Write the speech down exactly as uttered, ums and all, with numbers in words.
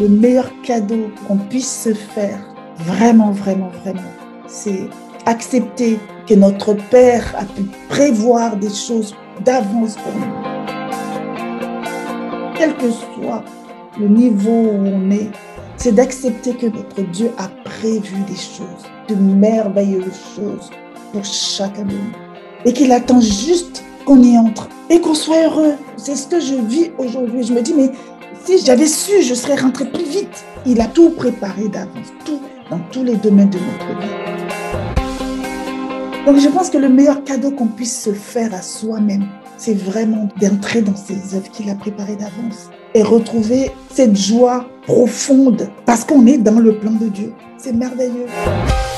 le meilleur cadeau qu'on puisse se faire, vraiment, vraiment, vraiment, c'est accepter que notre Père a pu prévoir des choses d'avance pour nous. Quel que soit le niveau où on est, c'est d'accepter que notre Dieu a prévu des choses, de merveilleuses choses pour chacun de nous. Et qu'il attend juste qu'on y entre et qu'on soit heureux. C'est ce que je vis aujourd'hui. Je me dis, mais si j'avais su, je serais rentrée plus vite. Il a tout préparé d'avance, tout dans tous les domaines de notre vie. Donc je pense que le meilleur cadeau qu'on puisse se faire à soi-même, c'est vraiment d'entrer dans ces œuvres qu'il a préparées d'avance et retrouver cette joie profonde parce qu'on est dans le plan de Dieu. C'est merveilleux.